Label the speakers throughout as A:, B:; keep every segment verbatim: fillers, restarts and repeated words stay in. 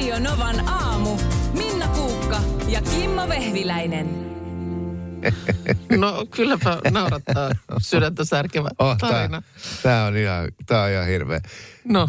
A: Radio Novan aamu. Minna Kuukka ja Kimmo Vehviläinen.
B: No kylläpä naurattaa sydäntä särkevä
C: oh,
B: tarina.
C: Tämä on ihan, tää on ihan hirveä.
B: No.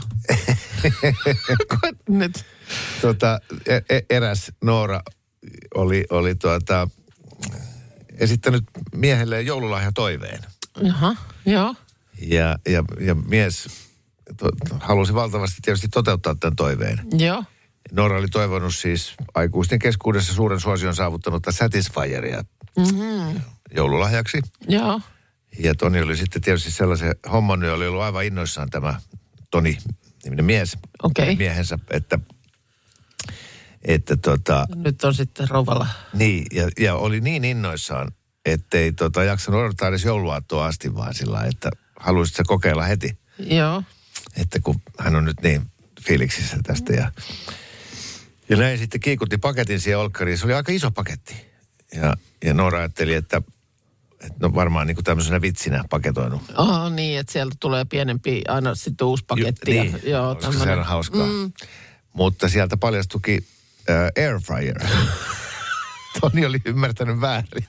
B: Nyt.
C: Tota, e- eräs Noora oli, oli tuota, esittänyt miehelleen joululahjatoiveen.
B: Jaha, joo.
C: Ja, ja, ja mies to, halusi valtavasti tietysti toteuttaa tämän toiveen.
B: Joo.
C: Noora oli toivonut siis aikuisten keskuudessa suuren suosion saavuttanutta Satisfyeria mm-hmm. joululahjaksi.
B: Joo.
C: Ja Toni oli sitten tietysti sellaisen homman, oli ollut aivan innoissaan tämä Toni, niminen mies,
B: okay.
C: miehensä, että, että tota...
B: Nyt on sitten rouvalla.
C: Niin, ja, ja oli niin innoissaan, ettei tota, jaksanut odottaa edes jouluaattoa asti, vaan sillä että haluaisit sä kokeilla heti.
B: Joo.
C: Että kun hän on nyt niin fiiliksissä tästä ja... Ja näin sitten kiikutti paketin siihen olkkariin. Se oli aika iso paketti. Ja, ja Noora ajatteli, että, että no varmaan niin kuin tämmöisenä vitsinä paketoinut.
B: Oh niin, että sieltä tulee pienempi aina sitten uusi paketti.
C: Jo, niin,
B: joo,
C: tämmöinen. Se on hauskaa. Mm. Mutta sieltä paljastuikin äh, airfryer. Toni oli ymmärtänyt väärin.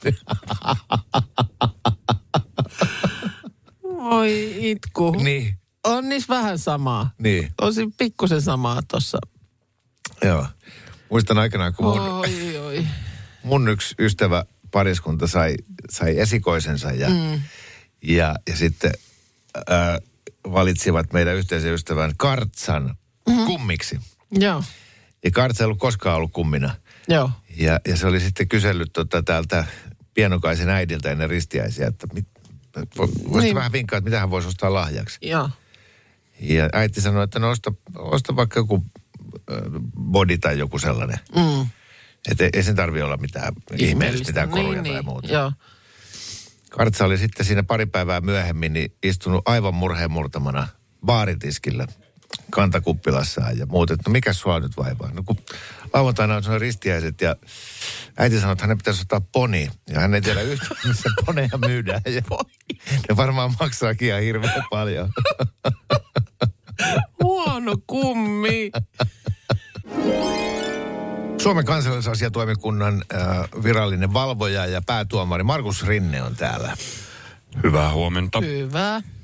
B: Oi itku.
C: Niin.
B: On niissä vähän samaa.
C: Niin.
B: On siinä pikkusen samaa tuossa.
C: Joo. Muistan aikanaan, kun mun,
B: oi, oi.
C: mun yksi ystävä pariskunta sai, sai esikoisensa ja, mm. ja, ja sitten äh, valitsivat meidän yhteisen ystävän Kartsan mm-hmm. kummiksi.
B: Joo.
C: Ja Kartsa ei ollut koskaan ollut kummina.
B: Joo.
C: Ja, ja se oli sitten kysellyt tota, täältä pienokaisen äidiltä ennen ristiäisiä, että mit, voisitko niin. vähän vinkkaa, että mitä hän voisi ostaa lahjaksi.
B: Joo.
C: Ja äiti sanoi, että no osta, osta vaikka joku body tai joku sellainen. Mm. Että ei, ei sen tarvitse olla mitään ihmeellistä, mitään koruja niin, tai muuta. Niin, joo. Kartsa oli sitten siinä pari päivää myöhemmin niin istunut aivan murheen murtamana baaritiskillä kantakuppilassaan ja muut, että no mikä sua nyt vaivaa? No kun lauantaina on sellainen ristiäiset ja äiti sanoi, että hänen pitäisi ottaa poni ja hän ei tiedä yhtään, missä poneja myydään. Ja ne varmaan maksaakin ihan hirveän paljon.
B: Huono kummi.
C: Suomen kansallisasiatoimikunnan äh, virallinen valvoja ja päätuomari Markus Rinne on täällä.
D: Hyvää huomenta.
B: Hyvää.
C: Äh,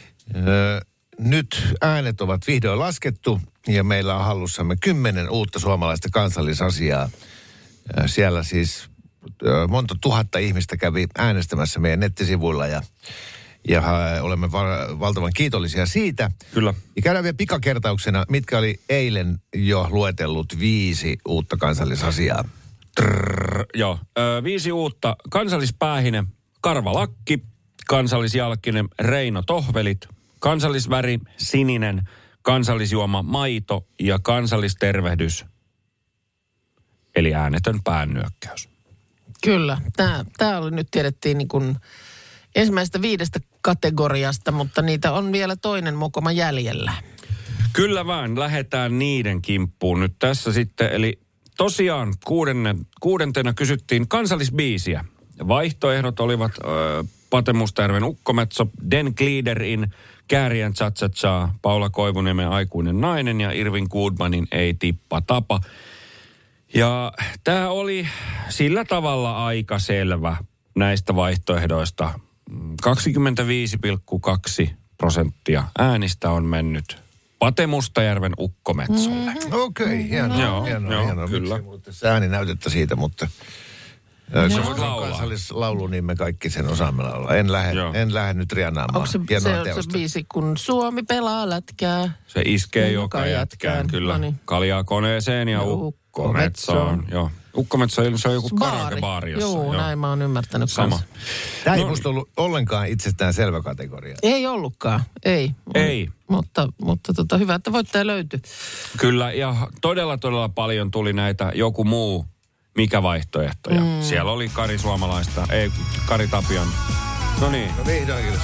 C: nyt äänet ovat vihdoin laskettu ja meillä on hallussamme kymmenen uutta suomalaista kansallisasiaa. Äh, siellä siis äh, monta tuhatta ihmistä kävi äänestämässä meidän nettisivuilla ja Ja olemme va- valtavan kiitollisia siitä.
D: Kyllä.
C: Ja käydään vielä pikakertauksena, mitkä oli eilen jo luetellut viisi uutta kansallisasiaa.
D: Trrr, joo, ö, viisi uutta. Kansallispäähine Karva Lakki, kansallisjalkkinen Reino Tohvelit, kansallisväri sininen, kansallisjuoma maito ja kansallistervehdys, eli äänetön päännyökkäys.
B: Kyllä, tämä, tämä oli nyt tiedettiin niin kuin ensimmäisestä viidestä kategoriasta, mutta niitä on vielä toinen mukoma jäljellä.
D: Kyllä vaan, lähdetään niiden kimppuun nyt tässä sitten. Eli tosiaan kuudenne, kuudentena kysyttiin kansallisbiisiä. Vaihtoehdot olivat äh, Pate Mustajärven Ukkometso, Den Gliederin, Kääriän Cha-Cha-Cha, Paula Koivuniemen Aikuinen nainen ja Irvin Goodmanin Ei tippa tapa. Ja tämä oli sillä tavalla aika selvä näistä vaihtoehdoista. kaksikymmentäviisi pilkku kaksi prosenttia äänistä on mennyt Pate Mustajärven Ukkometsolle.
C: Mm-hmm. Okei, okay, hienoa.
D: Joo,
C: hienoa,
D: joo,
C: hienoa.
D: kyllä.
C: Se ääninäytettä siitä, mutta se on kansallislaulu, niin me kaikki sen osaamme laulaa. En lähde, en lähde nyt rienaamaan.
B: Onko se, se, se biisi, kun Suomi pelaa lätkää?
D: Se iskee joka jätkään, kyllä. No niin. Kaljaa koneeseen ja Ukkometsoon. Joo. Ukkometso, se on joku karaokebaari jossain.
B: Joo, näin mä oon ymmärtänyt
D: Sama.
B: kanssa.
C: Tämä ei no, musta ollut ollenkaan itsestään selvä kategoria.
B: Ei ollutkaan, ei.
D: Ei.
B: Mutta, mutta tota, hyvä, että voittaja löytyi.
D: Kyllä, ja todella, todella paljon tuli näitä joku muu, mikä vaihtoehtoja. Mm. Siellä oli Kari Suomalaista, ei Kari Tapion. No niin.
C: No vihdoinkin.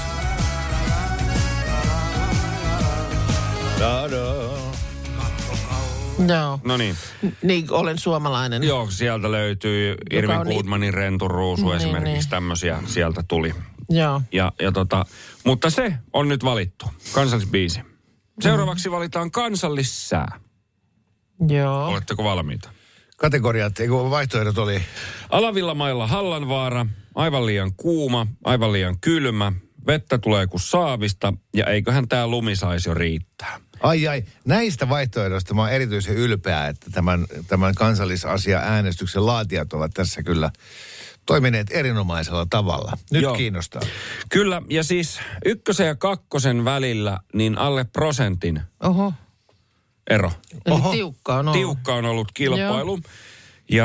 B: Joo.
D: No niin.
B: Niin, olen suomalainen.
D: Joo, sieltä löytyy Irvin Goodmanin Renturuusu niin, esimerkiksi, niin. Tämmöisiä sieltä tuli.
B: Joo.
D: Ja, ja tota, mutta se on nyt valittu, kansallisbiisi. Seuraavaksi valitaan kansallissää.
B: Joo.
D: Oletteko valmiita?
C: Kategoriat, eikö vaihtoehdot oli?
D: Alavillamailla Hallanvaara, aivan liian kuuma, aivan liian kylmä, vettä tulee kuin saavista ja eiköhän tää lumi saisi jo riittää.
C: Ai ai, näistä vaihtoehdoista mä oon erityisen ylpeä, että tämän, tämän kansallisasia-äänestyksen laatijat ovat tässä kyllä toimineet erinomaisella tavalla. Nyt
D: Joo.
C: kiinnostaa.
D: Kyllä, ja siis ykkösen ja kakkosen välillä niin alle prosentin
B: Oho.
D: ero.
B: Eli
C: Oho.
B: tiukka on ollut.
D: Tiukka on ollut kilpailu. Joo. Ja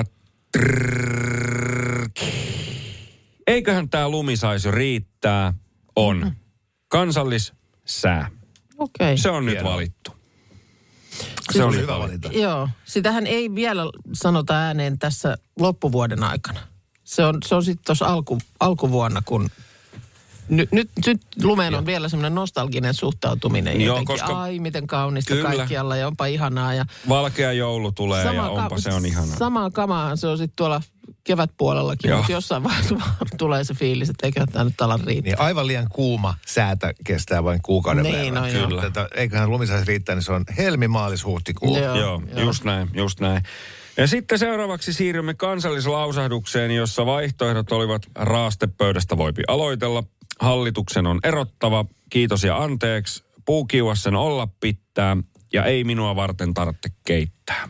D: trrrr, eiköhän tää lumi saisi jo riittää, on mm-hmm. kansallissää.
B: Okei. Okay.
D: Se on nyt
C: Hienoa.
D: valittu.
C: Se
D: Se
C: oli
D: on
C: hyvä valinta.
B: Joo, sitähän ei vielä sanota ääneen tässä loppuvuoden aikana. Se on, se on sitten tuossa alku, alkuvuonna, kun nyt, nyt, nyt lumeen on vielä semmoinen nostalginen suhtautuminen.
D: Joo,
B: jotenkin,
D: koska-
B: ai miten kaunista
D: Kyllä.
B: kaikkialla ja onpa ihanaa. Ja
D: Valkea joulu tulee ja onpa se on ihanaa.
B: Samaa kamaa se on sitten tuolla kevätpuolellakin,
D: Joo.
B: mutta jossain vaiheessa tulee se fiilis, että eiköhän tämä nyt ala riittää.
C: Niin aivan liian kuuma säätä kestää vain kuukauden
B: Niin,
C: verran.
B: no joo.
C: Kyllä. Tätä, eiköhän lumi saisi riittää, niin se on helmi, maalis, huhtikuu.
B: Joo.
D: Joo, just näin, just näin. Ja sitten seuraavaksi siirrymme kansallislausahdukseen, jossa vaihtoehdot olivat raastepöydästä voipi aloitella. Hallituksen on erottava, kiitos ja anteeksi, puukiuas sen olla pitää ja ei minua varten tarvitse keittää.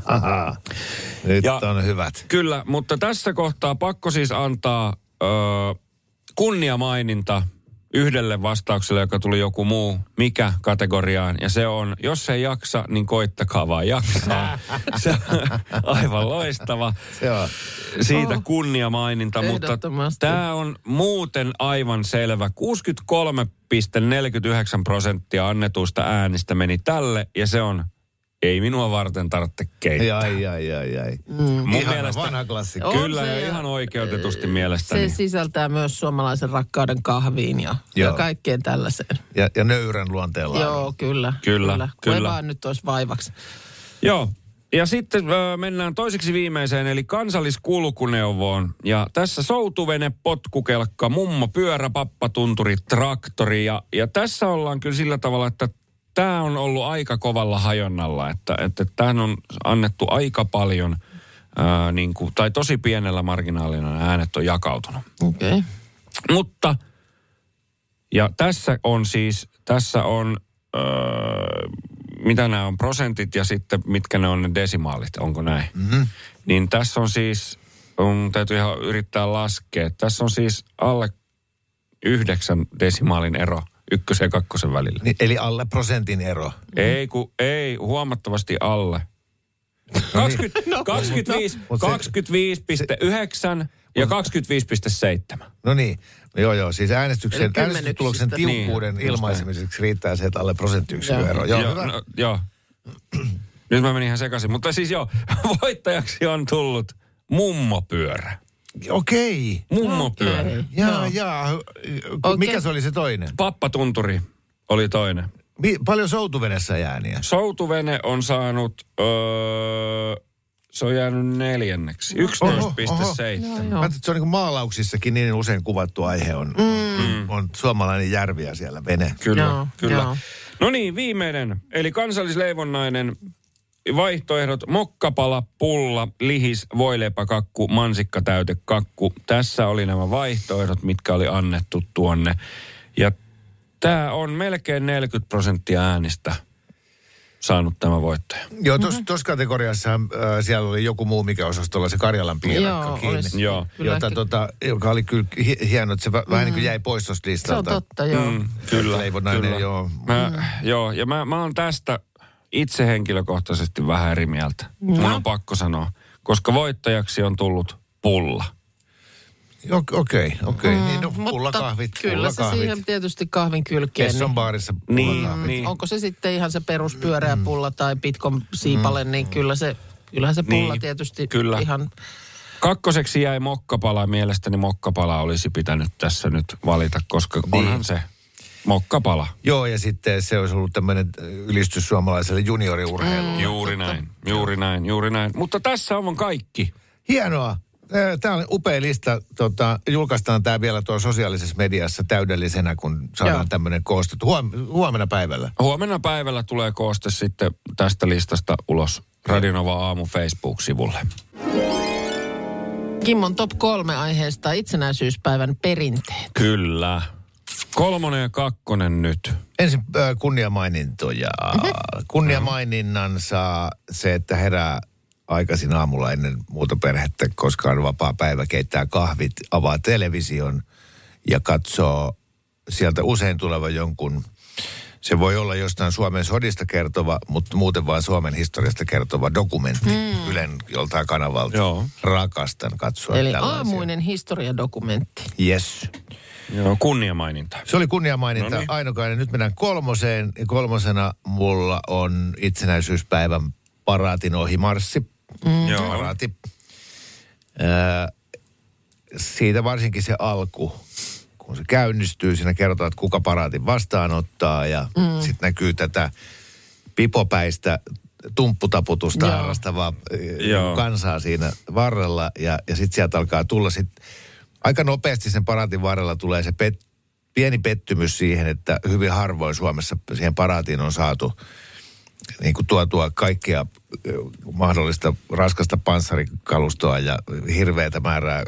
C: Nyt
D: Ja-
C: on hyvät.
D: Kyllä, mutta tässä kohtaa pakko siis antaa öö, kunniamaininta yhdelle vastaukselle, joka tuli joku muu, mikä kategoriaan. Ja se on, jos ei jaksa, niin koittakaa vaan jaksaa. Se on aivan loistava.
C: Joo.
D: Siitä
B: Oh.
D: kunniamaininta, mutta
B: Ehdottomasti.
D: tämä on muuten aivan selvä. kuusikymmentäkolme pilkku neljäkymmentäyhdeksän prosenttia annetuista äänistä meni tälle, ja se on, ei minua varten tarvitse keittää.
C: Ai, ai, ai, ai.
B: Mm.
D: Mun
C: Ihana
D: mielestä,
C: vanha klassikko.
B: On
D: kyllä,
B: se
D: ja
B: ja-
D: ihan oikeutetusti mielestäni.
B: Se sisältää myös suomalaisen rakkauden kahviin ja, ja
C: Joo.
B: kaikkeen tällaiseen.
C: Ja, ja nöyrän luonteella.
B: Joo, kyllä.
D: Kyllä,
B: Kun
D: kyllä.
B: ei vaan nyt olisi vaivaksi.
D: Joo. Ja sitten ö, mennään toiseksi viimeiseen, eli kansalliskulkuneuvoon. Ja tässä soutuvene, potkukelkka, mummo, pyörä, pappatunturi, traktori. Ja, ja tässä ollaan kyllä sillä tavalla, että tämä on ollut aika kovalla hajonnalla. Että, että tähän on annettu aika paljon, ää, niin kuin, tai tosi pienellä marginaalina äänet on jakautunut.
B: Okei. Okay.
D: Mutta, ja tässä on siis, tässä on, öö, mitä nämä on prosentit ja sitten mitkä ne on ne desimaalit, onko näin? Mm-hmm. Niin tässä on siis, on, täytyy ihan yrittää laskea, tässä on siis alle yhdeksän desimaalin ero ykkösen ja kakkosen välillä.
C: Niin, eli alle prosentin ero.
D: Ei, kun, ei, huomattavasti alle. kaksikymmentä, kaksikymmentäviisi,
C: Mut se-
D: kaksikymmentäviisi pilkku yhdeksän ja kaksikymmentäviisi pilkku seitsemän.
C: No niin, joo joo, siis äänestyksen,
B: Eli
C: äänestystuloksen
B: kymmenyksistä.
C: tiukkuuden
D: Niin, just
C: ilmaisemiseksi riittää se, että alle prosenttiyksikön
B: Joo.
C: ero. Joo,
D: Joo,
C: hyvä.
D: no, joo. Nyt mä menin ihan sekaisin. Mutta siis joo, voittajaksi on tullut mummopyörä.
C: Okei.
D: Mummopyörä.
B: Okei.
C: Jaa, jaa.
B: Okei.
C: Mikä se oli se toinen?
D: Pappatunturi oli toinen.
C: Mi- paljon soutuvenessä ääniä?
D: Soutuvene on saanut, öö, se on jäänyt neljänneksi. yksitoista pilkku seitsemän.
B: Joo,
C: Mä
B: joo.
C: ajattelin, että se on niin kuin maalauksissakin niin usein kuvattu aihe on, mm. on suomalainen järvi ja siellä vene.
D: Kyllä,
B: Joo,
D: kyllä.
B: joo.
D: No niin, viimeinen. Eli kansallisleivonnainen vaihtoehdot mokkapala, pulla, lihis, voileipäkakku, mansikkatäytekakku. Tässä oli nämä vaihtoehdot, mitkä oli annettu tuonne. Ja tämä on melkein neljäkymmentä prosenttia äänistä saanut tämä voittaja.
C: Joo, tuossa mm-hmm. kategoriassa äh, siellä oli joku muu, mikä osasi tuolla se Karjalan piirakka
B: Joo,
C: kiinni.
B: olisi
D: Joo.
B: kyllä
C: Jota,
B: ehkä-
C: tota, joka oli kyllä hi- hieno, että se mm. vähän niin kuin jäi pois tuosta
B: Se on
C: listalta.
B: totta, joo.
D: Mm, kyllä,
C: Leivonnainen,
D: kyllä.
C: joo.
D: Mä, mm. Joo, ja mä, mä oon tästä itse henkilökohtaisesti vähän eri mieltä.
B: No.
D: Mun on pakko sanoa, koska voittajaksi on tullut pulla.
C: Okei, okei. Okay, mm, niin no,
B: Mutta
C: pullakahvit,
B: kyllä
C: pullakahvit.
B: se siihen tietysti kahvin kylkeen.
C: Kesson baarissa
D: Niin,
C: pullakahvit.
D: niin.
B: Onko se sitten ihan se peruspyöreä pulla tai pitkon siipale, niin kyllä se, kyllähän se pulla
D: Niin,
B: tietysti
D: kyllä.
B: ihan...
D: Kakkoseksi jäi mokkapala. Mielestäni mokkapala olisi pitänyt tässä nyt valita, koska
C: Niin.
D: onhan se mokkapala.
C: Joo, ja sitten se olisi ollut tämmöinen ylistys suomalaiselle junioriurheilulle. Mm.
D: Juuri näin, juuri näin, juuri näin. Mutta tässä on kaikki.
C: Hienoa. Tämä on upea lista. Tota, julkaistaan tämä vielä tuossa sosiaalisessa mediassa täydellisenä, kun saadaan
B: Joo.
C: tämmöinen koostettu. Huom- huomenna päivällä.
D: Huomenna päivällä tulee kooste sitten tästä listasta ulos Radionova aamu Facebook-sivulle.
B: Kimmon top kolme aiheesta itsenäisyyspäivän perinteet.
D: Kyllä. Kolmonen ja kakkonen nyt.
C: Ensin äh, kunniamainintoja. Mm-hmm. Kunniamaininnan saa se, että herää aikaisin aamulla ennen muuta perhettä, koska on vapaa päivä, keittää kahvit, avaa television ja katsoo sieltä usein tuleva jonkun, se voi olla jostain Suomen sodista kertova, mutta muuten vaan Suomen historiasta kertova dokumentti mm. Ylen joltain kanavalta.
D: Joo.
C: Rakastan katsoa
B: eli
C: tällaisia.
B: Aamuinen historiadokumentti.
C: Yes.
D: Joo, kunniamaininta.
C: Se oli kunniamaininta.
D: Noniin.
C: Ainokainen. Nyt mennään kolmoseen. Kolmosena mulla on itsenäisyyspäivän paraatin ohimarssi.
B: Mm.
D: Joo.
C: Paraati. Äh, siitä varsinkin se alku. Kun se käynnistyy, siinä kerrotaan, että kuka paraatin vastaanottaa ja mm. sitten näkyy tätä pipopäistä tumpputaputusta
B: Joo.
C: harrastavaa
D: Joo.
C: kansaa siinä varrella ja, ja sitten sieltä alkaa tulla sitten aika nopeasti sen paraatin varrella tulee se pet, pieni pettymys siihen, että hyvin harvoin Suomessa siihen paraatiin on saatu niin kuin tuotua kaikkea mahdollista raskasta panssarikalustoa ja hirveätä määrää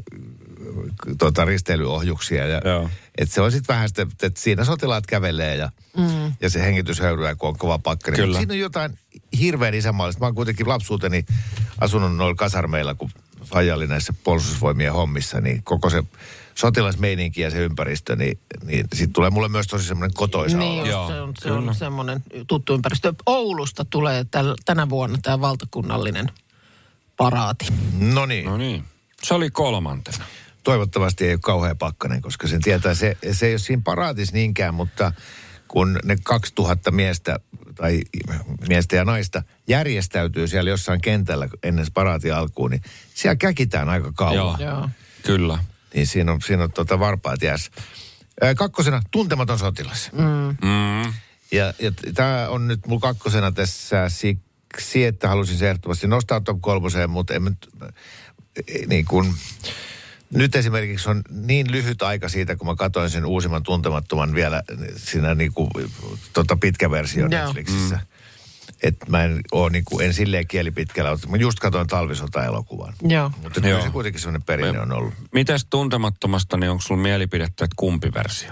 C: tuota, risteilyohjuksia. Ja, että se on sitten vähän sitä, että siinä sotilaat kävelee ja, mm. ja se hengitys höyryää, kun on kova pakkari. Kyllä. Siinä on jotain hirveän isänmaallista. Mä oon kuitenkin lapsuuteni asunut noilla kasarmeilla, kun faija oli näissä puolustusvoimien hommissa, niin koko se sotilasmeininki ja se ympäristö, niin, niin sitten tulee mulle myös tosi semmoinen kotoisa
B: niin,
C: olo.
B: Joo, se on, se on semmoinen tuttu ympäristö. Oulusta tulee täl, tänä vuonna tämä valtakunnallinen paraati.
C: No niin.
D: No niin. Se oli kolmantena.
C: Toivottavasti ei ole kauhean pakkanen, koska sen tietää, se, se ei ole siinä paraatissa niinkään, mutta kun ne kaksituhatta miestä tai miestä ja naista järjestäytyy siellä jossain kentällä ennen paraatin alkuun, niin siellä käkitään aika kauan.
D: Joo,
B: Joo.
D: kyllä.
C: Niin siinä on, siinä on tuota varpaat jäässä. Kakkosena, tuntematon sotilas.
B: Mm.
D: Mm.
C: Ja, ja tämä on nyt mulla kakkosena tässä siksi, että halusin se ehdottomasti nostaa top kolmoseen, mutta en nyt, niin kuin, nyt esimerkiksi on niin lyhyt aika siitä, kun mä katsoin sen uusimman tuntemattoman vielä siinä niin kuin, tota pitkä versio Netflixissä. Mm. Että mä en ole niin kuin, en silleen kielipitkällä. Mä just katsoin talvisota-elokuvan.
B: Joo.
C: Mutta kyllä se kuitenkin sellainen perinne on ollut.
D: Mitäs tuntemattomasta, niin onko sulla mielipidettä, että kumpi versio?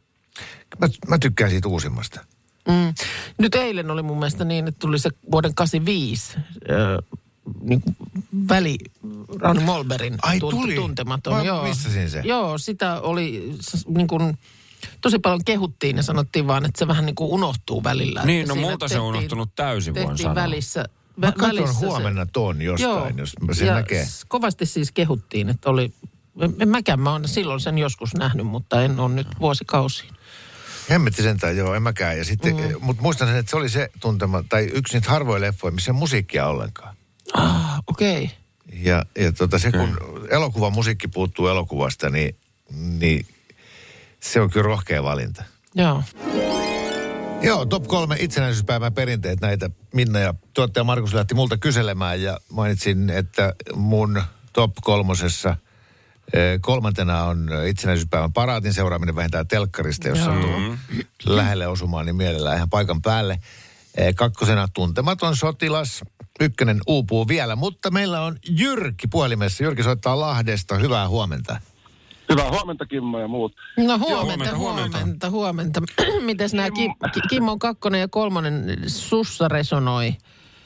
C: Mä, mä tykkään siitä uusimmasta.
B: Mm. Nyt eilen oli mun mielestä niin, että tuli se vuoden kahdeksankymmentäviisi äh, niin kuin väli Rauni Molberin
C: Ai,
B: tunt,
C: tuli?
B: tuntematon.
C: Mä
B: Joo.
C: missasin se.
B: Joo, sitä oli niin kuin, tosi paljon kehuttiin ja sanottiin vaan, että se vähän niin kuin unohtuu välillä.
D: Niin, no multa se on unohtunut täysin, voin sanoa.
B: välissä.
C: Mä katson huomenna ton jostain, joo, jos sen
B: ja
C: näkee.
B: Kovasti siis kehuttiin, että oli, en mäkään mä oon silloin sen joskus nähnyt, mutta en ole nyt vuosikausiin.
C: Hemmetti sentään, joo, en mäkään. Ja sitten, mm. mutta muistan sen, että se oli se tuntema, tai yksi niitä harvoja leffoja, missä ei musiikkia ollenkaan.
B: Ah, okei. Okay.
C: Ja, ja tota, se, kun elokuvan musiikki puuttuu elokuvasta, niin, niin se on kyllä rohkea valinta.
B: Joo.
C: Joo, top kolme itsenäisyyspäivän perinteet näitä Minna ja tuottaja Markus lähti multa kyselemään ja mainitsin, että mun top kolmosessa kolmantena on itsenäisyyspäivän paraatin seuraaminen vähintään telkkarista, jos sattuu lähelle osumaan, niin mielellään ihan paikan päälle. Kakkosena tuntematon sotilas. Ykkönen uupuu vielä, mutta meillä on Jyrki puhelimessa. Jyrki soittaa Lahdesta. Hyvää huomenta.
E: Hyvää huomenta, Kimmo ja muut.
B: No huomenta, huomenta, huomenta. huomenta. Mites nämä Kim, Kimmon kakkonen ja kolmonen sussa resonoi?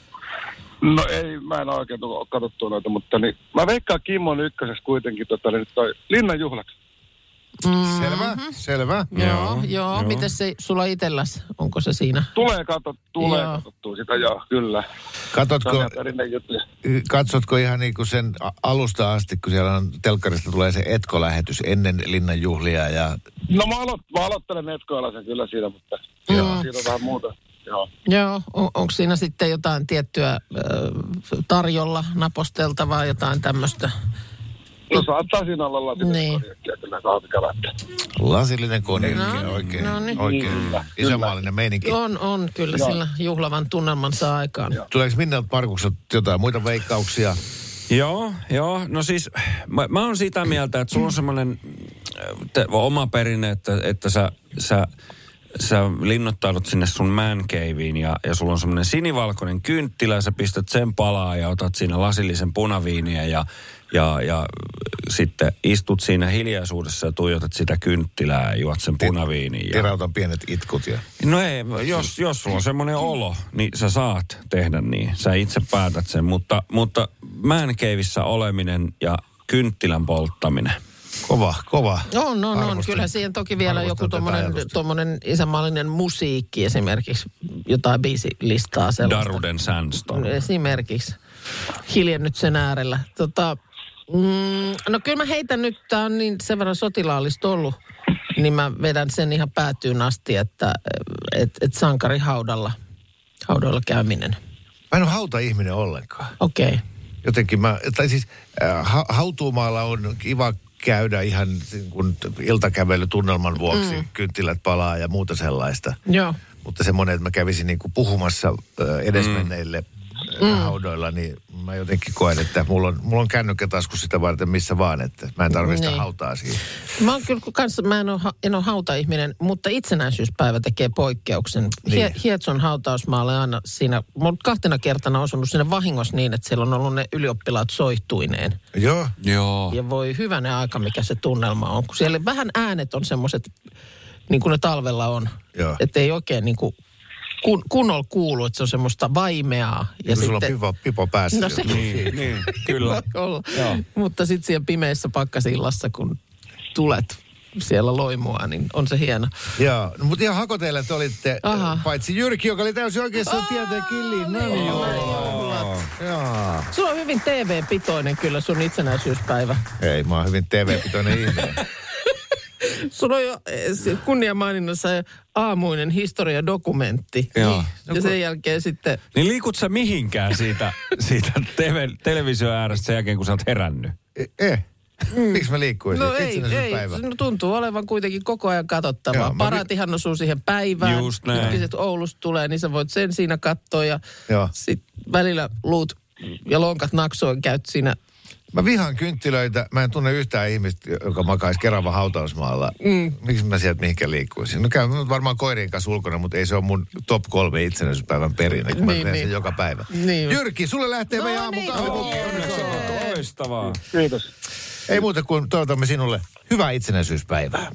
E: No ei, mä en oikein ole katsottua noita, mutta niin, mä veikkaan Kimmon ykkösessä kuitenkin tota, niin toi Linnan juhlat.
B: Mm-hmm.
C: Selvä, selvä.
B: Joo, joo. joo. Mites se sulla itselläs? Onko se siinä?
E: Tulee katsottua, tulee katsottua sitä, joo, kyllä.
C: Katsotko, katsotko ihan niin kuin sen alusta asti, kun siellä on telkkarista tulee se Etko-lähetys ennen Linnan juhlia ja...
E: No mä, alo- mä aloittelen Etkoilla sen kyllä siinä, mutta joo. Siinä on vähän muuta. Joo,
B: joo. On, onko siinä sitten jotain tiettyä äh, tarjolla naposteltavaa, jotain tämmöistä?
E: No saattaa siinä olla lasillinen
B: niin.
E: konjakkia, kyllä kahvikalättä.
C: Lasillinen konjakki, no, oikein, no niin. oikein
E: kyllä,
C: isänmaallinen meininki.
B: On, on, kyllä joo. Sillä juhlavan tunnelman saa aikaan. Joo.
C: Tuleeko Minnalta Markukselta jotain muita veikkauksia?
D: Joo, joo. No siis mä, mä oon sitä mieltä, että sulla on semmoinen oma perinne, että, että sä, sä sä linnoittaudut sinne sun man caveen ja, ja sulla on semmoinen sinivalkoinen kynttilä ja sä pistät sen palaa ja otat siinä lasillisen punaviiniä ja, ja, ja sitten istut siinä hiljaisuudessa ja tuijotat sitä kynttilää ja juot sen punaviiniin. Ja...
C: Tirautan pienet itkut ja...
D: No ei, jos, jos sulla on semmoinen olo, niin sä saat tehdä niin. Sä itse päätät sen, mutta, mutta man caveissa oleminen ja kynttilän polttaminen.
C: Kova, kova.
B: On, on, on. Kyllä siihen toki vielä joku tuommoinen isänmaallinen musiikki esimerkiksi, jotain biisilistaa sellaista.
D: Daruden Sandstorm.
B: Esimerkiksi. Hiljennyt sen äärellä. Tota, mm, no kyllä mä heitän nyt, tää on niin sen verran sotilaallista ollut, niin mä vedän sen ihan päätyyn asti, että et, et sankari haudalla, haudalla käyminen.
C: Mä en ole hauta-ihminen ollenkaan.
B: Okei. Okay.
C: Jotenkin mä, tai siis äh, ha, hautuumaalla on kiva käydä ihan kun iltakävelytunnelman vuoksi, mm. kynttilät palaa ja muuta sellaista.
B: Joo.
C: Mutta semmoinen, että mä kävisin niin kuin puhumassa äh, edesmenneille mm. äh, haudoilla, niin mä jotenkin koen, että mulla on, mulla on kännykkätasku sitä varten missä vaan, että mä en tarvitse sitä niin. hautaa siihen. Mä oon
B: kyllä kanssa, mä en ole, en ole hauta-ihminen, mutta itsenäisyyspäivä tekee poikkeuksen. Niin. Hietson hautausmaalle aina siinä, mä oon kahtena kertana osunut sinne vahingossa niin, että siellä on ollut ne ylioppilaat soihtuineen.
C: Joo.
D: Joo.
B: Ja voi hyvänen aika, mikä se tunnelma on. Kun siellä vähän äänet on semmoiset, niin kuin ne talvella on. Että ei oikein niin kuin kun, kunnolla kuuluu, että se on semmoista vaimeaa.
C: Ja, ja sitten sulla on pipo, pipo päässä.
B: No se,
D: niin, niin, kyllä.
B: Mutta sitten siellä pimeässä pakkasillassa, kun tulet siellä loimua, niin on se hieno.
C: Joo, no, mutta ihan hakoteille te olitte, Aha. paitsi Jyrki, joka oli täysin oikeassa tieteen killiin. No niin, joo.
B: Sulla on hyvin T V-pitoinen kyllä sun itsenäisyyspäivä.
C: Ei, mä oon hyvin T V-pitoinen ihminen.
B: Sulla on jo kunniamaininnassa aamuinen historiadokumentti.
D: Joo.
B: Ja no, sen jälkeen sitten...
D: Niin liikut sä mihinkään siitä, siitä T V, televisio äärestä sen jälkeen, kun sä oot herännyt?
C: Eh. Mm. Miksi mä liikkuisin?
B: No ei, ei. No, tuntuu olevan kuitenkin koko ajan katsottavaa. Joo, Paraatihan osuu siihen päivään.
D: Just näin.
B: Nytkin Oulusta tulee, niin sä voit sen siinä katsoa. Ja sitten välillä luut ja lonkat naksoen käyt siinä.
C: Mä vihaan kynttilöitä. Mä en tunne yhtään ihmistä, joka makaisi Keravan hautausmaalla. Mm. Miksi mä sieltä mihinkään liikkuisin? No käyn varmaan koirien kanssa ulkona, mutta ei se ole mun top kolme itsenäisyyspäivän perinne. Mä niin, teen niin. sen joka päivä. Niin. Jyrki, sulle lähtee no, meidän aamun niin. kahvipukki.
D: Loistavaa.
E: Kiitos.
C: Ei muuta kuin toivotamme sinulle hyvää itsenäisyyspäivää.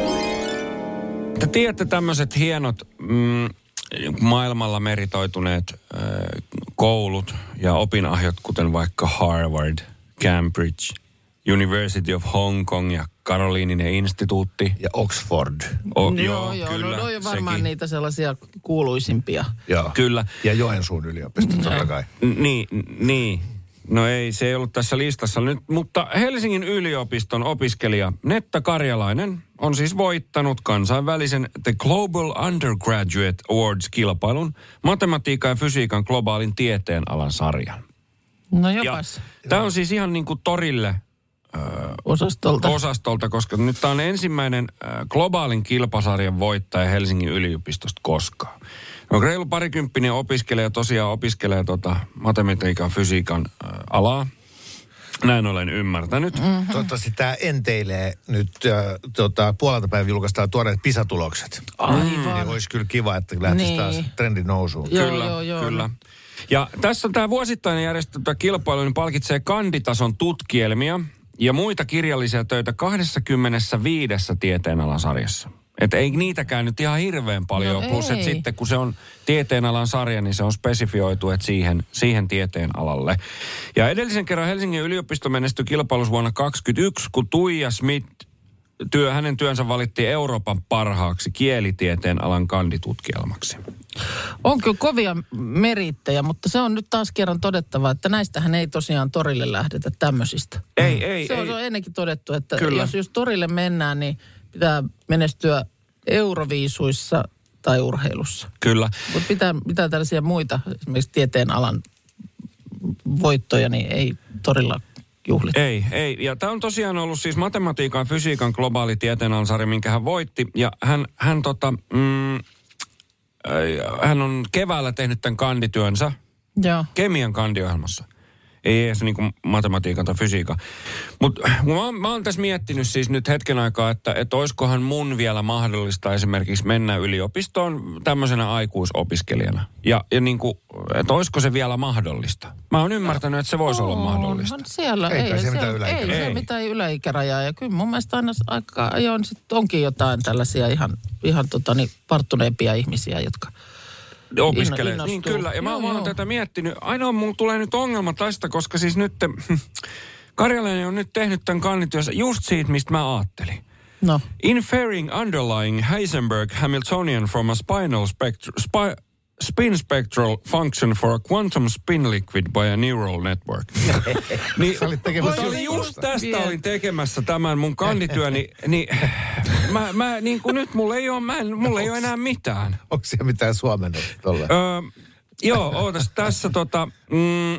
D: Te tiedätte tämmöiset hienot mm, maailmalla meritoituneet äh, koulut ja opinahjot, kuten vaikka Harvard, Cambridge, University of Hong Kong ja Karoliininen instituutti.
C: Ja Oxford.
B: O, joo, joo, joo, kyllä. No, no on varmaan sekin. Niitä sellaisia kuuluisimpia.
C: Joo.
D: Kyllä.
C: Ja Joensuun yliopisto, totta kai.
D: Niin, niin. No ei, se ei ollut tässä listassa nyt, mutta Helsingin yliopiston opiskelija Netta Karjalainen on siis voittanut kansainvälisen The Global Undergraduate Awards-kilpailun matematiikan ja fysiikan globaalin tieteenalan sarjan.
B: No jopas.
D: Tämä on siis ihan niin kuin torille ö,
B: osastolta.
D: osastolta, koska nyt tämä on ensimmäinen ö, globaalin kilpasarjan voittaja Helsingin yliopistosta koskaan. No reilu parikymppinen opiskelija tosiaan opiskelee tota matematiikan, fysiikan ä, alaa. Näin olen ymmärtänyt.
C: Mm-hmm. Toivottavasti tämä enteilee nyt äh, tota, puolelta päivän julkaistaan tuoreet PISA-tulokset.
B: Aivan.
C: Niin olisi kyllä kiva, että lähtisi niin. taas trendin nousuun.
B: Joo,
D: kyllä,
B: joo, joo.
D: kyllä. Ja tässä on tämä vuosittainen järjestetty kilpailu, niin palkitsee kanditason tutkielmia ja muita kirjallisia töitä kaksikymmentäviisi tieteenalan sarjassa. Että ei niitäkään nyt ihan hirveän paljon, no plus että sitten kun se on tieteenalan sarja, niin se on spesifioitu, että siihen, siihen tieteenalalle. Ja edellisen kerran Helsingin yliopisto menestyi kilpailussa vuonna kaksikymmentäyksi, kun Tuija Smith, työ, hänen työnsä valittiin Euroopan parhaaksi kielitieteen alan kanditutkielmaksi.
B: On kyllä kovia merittejä, mutta se on nyt taas kerran todettava, että näistähän ei tosiaan torille lähdetä tämmöisistä.
D: Ei, ei,
B: se on,
D: ei.
B: Se on ennenkin todettu, että
D: kyllä.
B: jos, jos torille mennään, niin pitää menestyä euroviisuissa tai urheilussa.
D: Kyllä.
B: Mutta pitää, pitää tällaisia muita, esimerkiksi tieteen alan voittoja, niin ei torilla juhlita.
D: Ei, ei. Ja tämä on tosiaan ollut siis matematiikan ja fysiikan globaali tieteenalan sarja, minkä hän voitti. Ja hän, hän, tota, mm, hän on keväällä tehnyt tämän kandityönsä
B: Joo.
D: kemian kandiohjelmassa. ei edes niin kuin matematiikan tai fysiikan. Mutta mä, mä oon tässä miettinyt siis nyt hetken aikaa, että, että olisikohan mun vielä mahdollista esimerkiksi mennä yliopistoon tämmöisenä aikuisopiskelijana. Ja, ja niin kuin, että olisiko se vielä mahdollista. Mä oon ymmärtänyt, että se voisi olla mahdollista.
B: Siellä
C: ei,
B: ei,
C: se
B: mitään yläikärajaa. Ei, ei. mitään yläikärajaa. Ja kyllä mun mielestä aina aika ajoin sitten onkin jotain tällaisia ihan, ihan totani, parttuneempia ihmisiä, jotka
D: opiskelee. Niin kyllä, ja mä, joo, mä oon joo. tätä miettinyt. Ainoa mulla tulee nyt ongelma tästä, koska siis nyt Karjalainen on nyt tehnyt tämän kannityössä just siitä, mistä mä ajattelin.
B: No.
D: Inferring underlying Heisenberg-Hamiltonian from a spinal spectrum, spi, spin spectral function for a quantum spin liquid by a neural network. niin,
C: Sä olit tekemässä
D: just, just tästä yeah. olin tekemässä tämän mun kandityöni, niin mä, mä niin kuin nyt mulla ei ole, mä en, mulla ei ole enää mitään.
C: Onko siellä mitään suomennosta tolle?
D: Öö, joo, ootas tässä tota... Mm,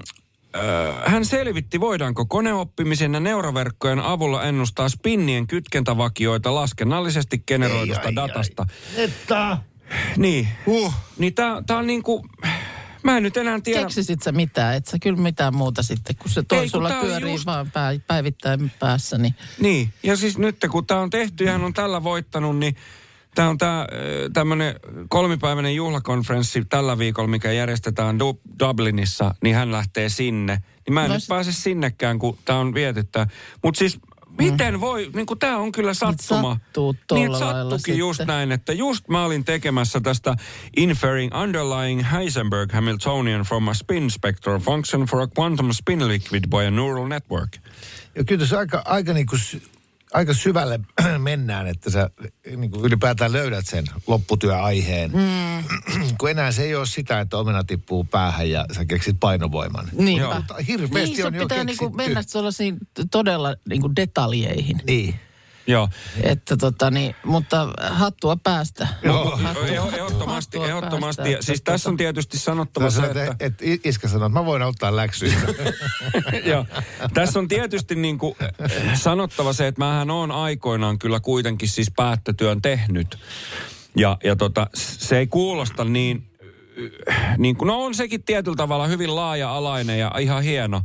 D: hän selvitti, voidaanko koneoppimisen ja neuroverkkojen avulla ennustaa spinnien kytkentävakioita laskennallisesti generoidusta ai, datasta.
C: Ai, että...
D: Niin.
C: Uh.
D: Niin tää, tää on niinku... Mä en nyt enää tiedä...
B: Keksisit sä mitään? Et sä kyllä mitään muuta sitten, kun se toi ei, sulla pyörii just... vaan päivittäin päässä. Niin...
D: niin, ja siis nyt kun tää on tehty ja hän on tällä voittanut, niin... Tämä on tämä tämmöinen kolmipäiväinen juhlakonferenssi tällä viikolla, mikä järjestetään Dublinissa, niin hän lähtee sinne. Niin mä en Vas... nyt pääse sinnekään, kun tämä on vietettä. Mutta siis miten mm. voi, niin kuin tämä on kyllä sattuma.
B: Nyt sattuu
D: niin sattukin just sitten. Näin, että just mä olin tekemässä tästä inferring underlying Heisenberg-Hamiltonian from a spin spectral function for a quantum spin liquid by a neural network.
C: Ja kyllä tässä aika, aika niin kuin... Aika syvälle mennään, että sä niin kuin ylipäätään löydät sen lopputyöaiheen. Mm. Kun enää se ei ole sitä, että omena tippuu päähän ja sä keksit painovoiman.
B: Niin.
C: Hirveästi niin, on jo
B: pitää
C: keksitty.
B: Niin mennä sellaisiin todella niin kuin detaljeihin.
C: Niin.
D: Joo.
B: Että tota niin, mutta hattua päästä.
D: Joo, ehdottomasti, ehdottomasti. Ja siis tässä on tietysti sanottava se, että...
C: Et, et iskä sanoo, että mä voin auttaa läksyjä.
D: Joo. Tässä on tietysti niin kuin sanottava se, että mähän oon aikoinaan kyllä kuitenkin siis päättötyön tehnyt. Ja, ja tota, se ei kuulosta niin, niin kuin, no on sekin tietyllä tavalla hyvin laaja-alainen ja ihan hieno.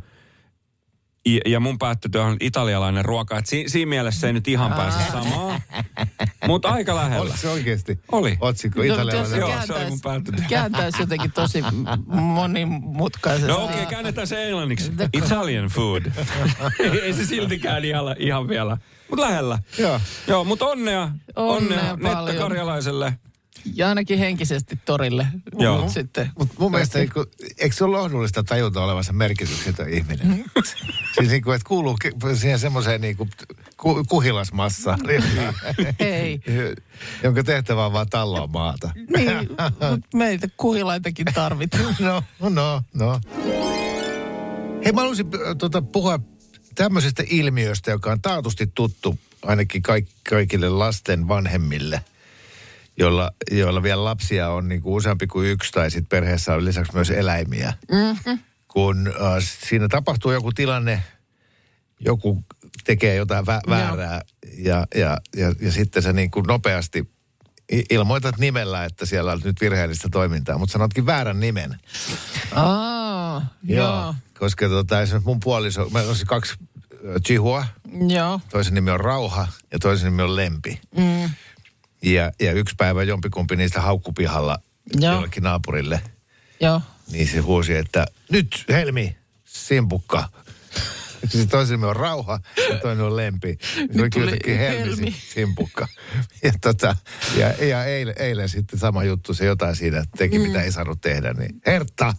D: Ja mun päättötyö on italialainen ruoka. Että si- siinä mielessä se ei nyt ihan pääse samaan. Mutta aika lähellä.
C: Oliko se oikeasti?
D: Oli.
C: Otsikko italialainen
D: ruoka? Joo, se oli mun päättötyö.
B: Kääntäisi jotenkin tosi monimutkaisesti.
D: No okei, okay, käännetään se englanniksi. Italian food. Ei se siltikään ihan, ihan vielä. Mutta lähellä.
C: Joo.
D: Joo, mutta onnea.
B: Onnea,
D: onnea Netta Karjalaiselle.
B: Ja ainakin henkisesti torille.
D: Joo.
B: Mut sitten.
C: Mut mun mielestä, eikö, eikö se ole lohdullista tajuta olevansa merkityksetön ihminen? Siis niin kuin, että kuuluu siihen semmoiseen niin kuin ku, kuhilasmassaan.
B: Ei.
C: Jonka tehtävä on vaan talloa maata.
B: Niin, mutta meitä kuhilaitakin tarvitaan.
C: No, no, no. Hei, mä haluaisin tuota, puhua tämmöisestä ilmiöstä, joka on taatusti tuttu ainakin kaik, kaikille lasten vanhemmille. Joilla, joilla vielä lapsia on niin kuin useampi kuin yksi, tai sitten perheessä on lisäksi myös eläimiä. Mm-hmm. Kun äh, siinä tapahtuu joku tilanne, joku tekee jotain vä- väärää, ja, ja, ja, ja sitten sä niin kuin nopeasti ilmoitat nimellä, että siellä on nyt virheellistä toimintaa, mutta sanotkin väärän nimen.
B: Aa, joo. joo.
C: Koska tota, esimerkiksi mun puoliso, mä olisin kaksi äh, Chihuahua.
B: Joo.
C: Toisen nimi on Rauha, ja toisen nimi on Lempi. Mm. Ja, ja yksi päivä jompikumpi niistä haukkupihalla Joo. jollekin naapurille.
B: Joo.
C: Niin se huusi, että nyt Helmi, simpukka. Sitten toisen nimi on Rauha ja toinen on Lempi. Se oli kyllä Helmi, Helmi, simpukka. Ja, tota, ja, ja eilen, eilen sitten sama juttu, se jotain siinä teki, mm. mitä ei saanut tehdä. Niin Hertta.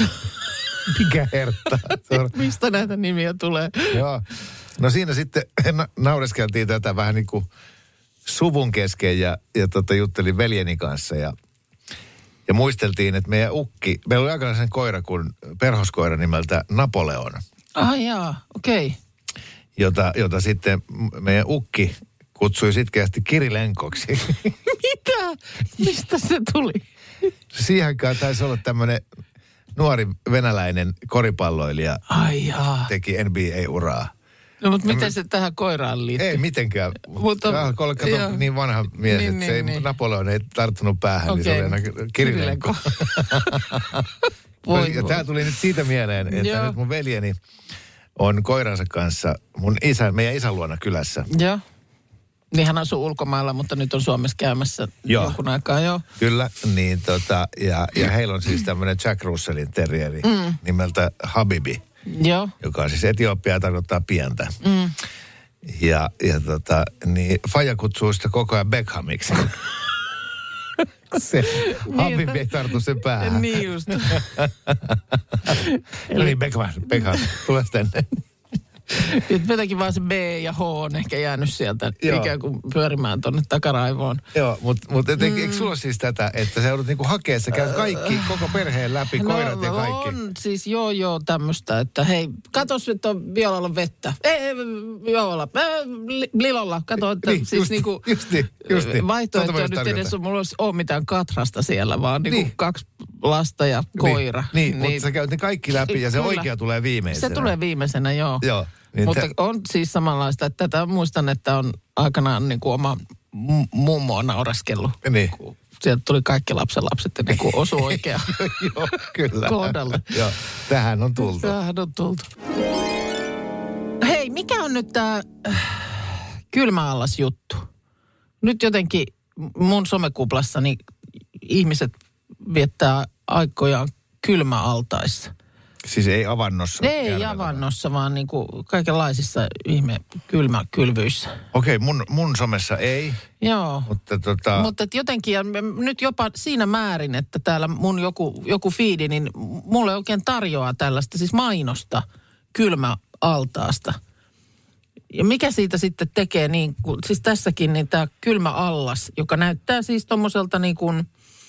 C: Mikä Hertta? On...
B: Mistä näitä nimiä tulee?
C: Joo. No siinä sitten na- naureskeltiin tätä vähän niin kuin suvun kesken ja, ja tota, juttelin veljeni kanssa ja, ja muisteltiin, että meidän ukki, meillä oli aikanaan sen koira kuin perhoskoira nimeltä Napoleon.
B: Ah jaa, okei. Okay.
C: Jota, jota sitten meidän ukki kutsui sitkeästi Kirilenkoksi.
B: Mitä? Mistä se tuli?
C: Siihenkään taisi olla tämmöinen nuori venäläinen koripalloilija.
B: Ai jaa.
C: Teki N B A-uraa.
B: No, mutta miten se tähän koiraan liittyy?
C: Ei mitenkään. Mutta kato, niin vanha mies, niin, että niin, se ei, niin. Napoleon ei tarttunut päähän, okay. Niin se oli aina Kirilenko.
B: Voi,
C: ja
B: voi.
C: tämä tuli nyt siitä mieleen, että
B: Joo.
C: nyt mun veljeni on koiransa kanssa mun isä, meidän isän luona kylässä.
B: Joo. Niin hän asuu ulkomailla, mutta nyt on Suomessa käymässä
C: Joo.
B: jonkun aikaa, joo.
C: Kyllä, niin tota, ja, ja heillä on siis tämmöinen Jack Russellin terrieri mm. nimeltä Habibi,
B: Joo.
C: joka on siis Etiopia tarkoittaa pientä.
B: Mm.
C: Ja, ja tota, niin Faija kutsuu sitä koko ajan Beckhamiksi. Se Habibi ei tartu sen päähän.
B: Niin just.
C: No niin, Beckham, Beckham, tule tänne.
B: Nyt jotenkin vaan se B ja H on ehkä jäänyt sieltä
C: Joo.
B: ikään kuin pyörimään tuonne takaraivoon.
C: Joo, mutta mut, mm. eikö sulla siis tätä, että sä joudut niinku hakea, sä käyt kaikki, koko perheen läpi, koirat ja kaikki?
B: On siis joo joo tämmöistä, että hei, katos, että on Violalla on vettä. Ei, ei Violalla, äh, li, Lilolla, kato, että
C: niin,
B: siis
C: just,
B: niinku
C: just niin, just niin.
B: vaihtoehto
C: Tuota
B: nyt
C: tarkoittaa.
B: edes on, mulla olisi ole mitään katrasta siellä, vaan niinku
C: Niin.
B: kaksi lasta ja koira.
C: Niin, niin, mutta sä käyt ne kaikki läpi ja se
B: Kyllä.
C: oikea tulee viimeisenä.
B: Se tulee viimeisenä, joo.
C: Joo. Niin
B: Mutta
C: tä-
B: on siis samanlaista, että tätä muistan, että on aikanaan niin kuin oma m- mummo on naureskellut.
C: Niin.
B: Kun sieltä tuli kaikki lapsenlapset ja niin kuin osui oikein
C: Joo, kyllä.
B: kohdalle.
C: Joo, tähän on tultu.
B: Tähän on tultu. Hei, mikä on nyt tämä äh, kylmäallasjuttu? Nyt jotenkin mun somekuplassani ihmiset viettää aikojaan kylmäaltaissa.
C: Siis ei avannossa.
B: Ei
C: järvellä.
B: avannossa, vaan niin kuin kaikenlaisissa ihme kylmäkylvyissä.
C: Okei, mun, mun somessa ei,
B: Joo.
C: mutta tota...
B: Mutta et jotenkin, ja nyt jopa siinä määrin, että täällä mun joku, joku fiidi, niin mulle oikein tarjoaa tällaista, siis mainosta kylmäaltaasta. Ja mikä siitä sitten tekee niin kuin, siis tässäkin niin tämä kylmäallas, joka näyttää siis tommoselta niin kuin,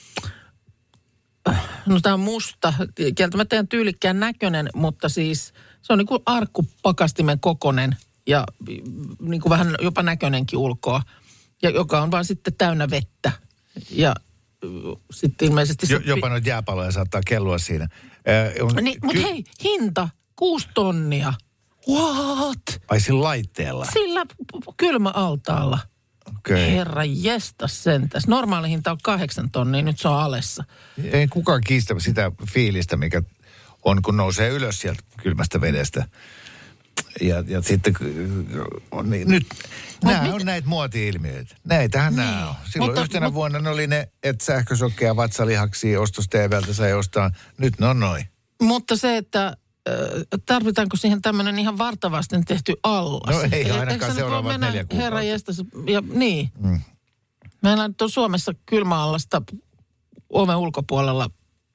B: no tämä on musta, kieltämättä ihan tyylikkään näköinen, mutta siis se on niin kuin arkkupakastimen kokonen ja niin kuin vähän jopa näköinenkin ulkoa. Ja joka on vaan sitten täynnä vettä. Ja sitten ilmeisesti...
C: Jo,
B: se...
C: jopa noita jääpaloja saattaa kellua siinä. Äh, on,
B: Niin, mutta
C: ky-
B: hei, hinta, kuusi tonnia. What?
C: Ai sillä laitteella?
B: Sillä kylmäaltaalla.
C: Okei.
B: Herra jestas sentäs. Normaali hinta on kahdeksan tonnia, nyt se on alessa.
C: Ei kukaan kiistä sitä fiilistä, mikä on, kun nousee ylös sieltä kylmästä vedestä. Ja, ja sitten on, niin, nyt, nämä
B: mit-
C: on näitä muoti-ilmiöitä. Näitähän
B: Niin.
C: nämä on. Silloin
B: Mutta-
C: yhtenä
B: mut-
C: vuonna ne oli ne, että sähkösokkeja, vatsalihaksia, ostos T V:ltä sai ostaa. Nyt ne on noin.
B: Mutta se, että äh, tarvitaanko siihen tämmöinen ihan vartavasten tehty allas?
C: No ei
B: Eikö
C: ainakaan
B: se nyt voi
C: seuraavat
B: mennä,
C: neljä kuukautta.
B: Herra jestas, ja niin.
C: Mm.
B: Meillä nyt on Suomessa kylmäallasta oven ulkopuolella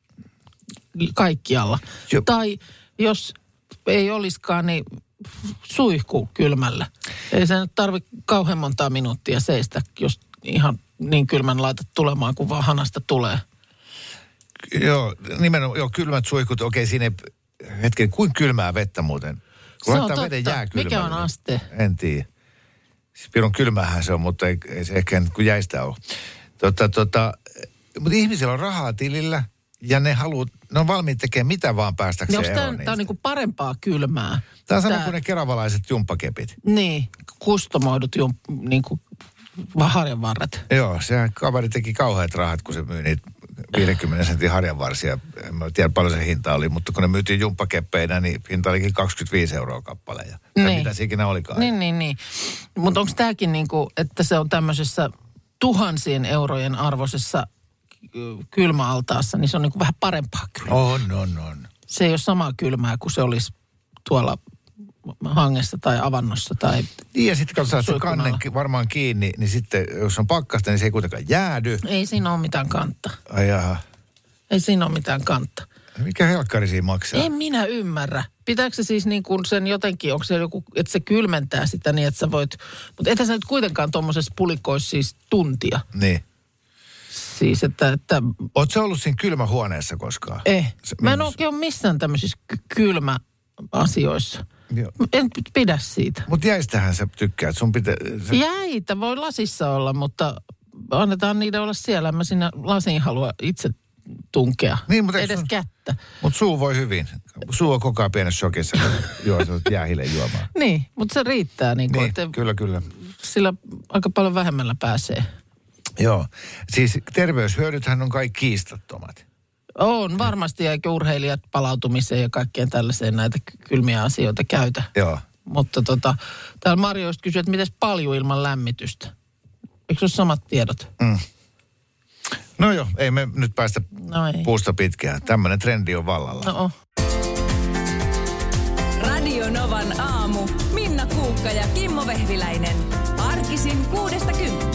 B: kaikkialla.
C: Jo.
B: Tai jos ei olisikaan, niin suihku kylmällä. Ei se nyt tarvitse kauhean montaa minuuttia seistä, jos ihan niin kylmän laitat tulemaan, kun vaan hanasta tulee.
C: Joo, nimenomaan, joo, kylmät suihkut, okei, siinä ei, hetken, kuin kylmää vettä muuten? Kun
B: Se on
C: laittaa
B: totta.
C: veden jääkylmälle.
B: Mikä on aste?
C: En tiedä. Siis pirun kylmähän se on, mutta ei, ei se ehkä nyt kuin jäistä ole. Tota, tota, mutta ihmisillä on rahaa tilillä ja ne haluaa, ne on valmiit tekemään mitä vaan päästäkseen
B: Niin
C: eroon
B: onko
C: niistä.
B: tämä on niinku parempaa kylmää?
C: Tämä on sama
B: Tää-
C: kuin ne keravalaiset jumppakepit.
B: Niin, kustomoidut jum, niinku harjanvarret.
C: Joo, se kaveri teki kauheat rahat, kun se myi niitä viidenkymmenen sentin harjanvarsia. En mä tiedä paljon se hinta oli, mutta kun ne myytiin jumppakeppeinä, niin hinta olikin kaksikymmentäviisi euroa kappale. Ja
B: Niin.
C: niin. mitä se ikinä olikaan.
B: Niin, niin, niin. Mutta onko tämäkin niinku, että se on tämmöisessä tuhansien eurojen arvoisessa ö, kylmäaltaassa, niin se on niinku vähän parempaa kylmää.
C: On, on, on.
B: Se ei ole samaa kylmää kuin se olisi tuolla hangessa tai avannossa tai...
C: Niin ja sitten kun saat sen
B: Suihkun
C: kannen
B: alla.
C: ki- varmaan kiinni, niin sitten jos on pakkasta, niin se ei kuitenkaan jäädy.
B: Ei siinä ole mitään kantta.
C: Ai jaha.
B: Ei siinä ole mitään kantta.
C: Mikä helkkari siinä maksaa?
B: En minä ymmärrä. Pitääkö se siis niin kuin sen jotenkin, onko se joku, että se kylmentää sitä niin, että sä voit... Mutta ethän sä nyt kuitenkaan tuommoisessa pulikoissa siis tuntia.
C: Niin.
B: Siis, että... että
C: Oot sä ollut siinä kylmähuoneessa koskaan?
B: eh.
C: Se-
B: Mä en
C: millais-
B: oikein ole missään tämmöisissä ky- kylmäasioissa.
C: Joo.
B: En pidä siitä.
C: Mutta jäistähän sä tykkäät. Sun pitää... Se...
B: Jäitä voi lasissa olla, mutta annetaan niiden olla siellä. En mä sinne lasiin halua itse tunkea.
C: Niin, mutta eikö
B: edes
C: sun-
B: kättä.
C: Mutta suu voi hyvin. Suu on koko ajan pienessä shokissa, kun juo jäähille juomaan.
B: Niin, mutta se riittää niin kuin,
C: Niin,
B: että
C: kyllä, kyllä.
B: sillä aika paljon vähemmällä pääsee.
C: Joo. Siis terveyshyödythän on kaikki kiistattomat.
B: On varmasti, eikä urheilijat palautumiseen ja kaikkeen tällaiseen näitä kylmiä asioita käytä.
C: Joo.
B: Mutta tota, täällä Marjo just kysyi, että mites paljon ilman lämmitystä? Eikö se ole samat tiedot?
C: Mm. No joo, ei me nyt päästä
B: no ei.
C: puusta pitkään. Tämmöinen trendi on vallalla.
B: No.
A: Radio Novan aamu. Minna Kuukka ja Kimmo Vehviläinen. Arkisin kuudesta kymppiin.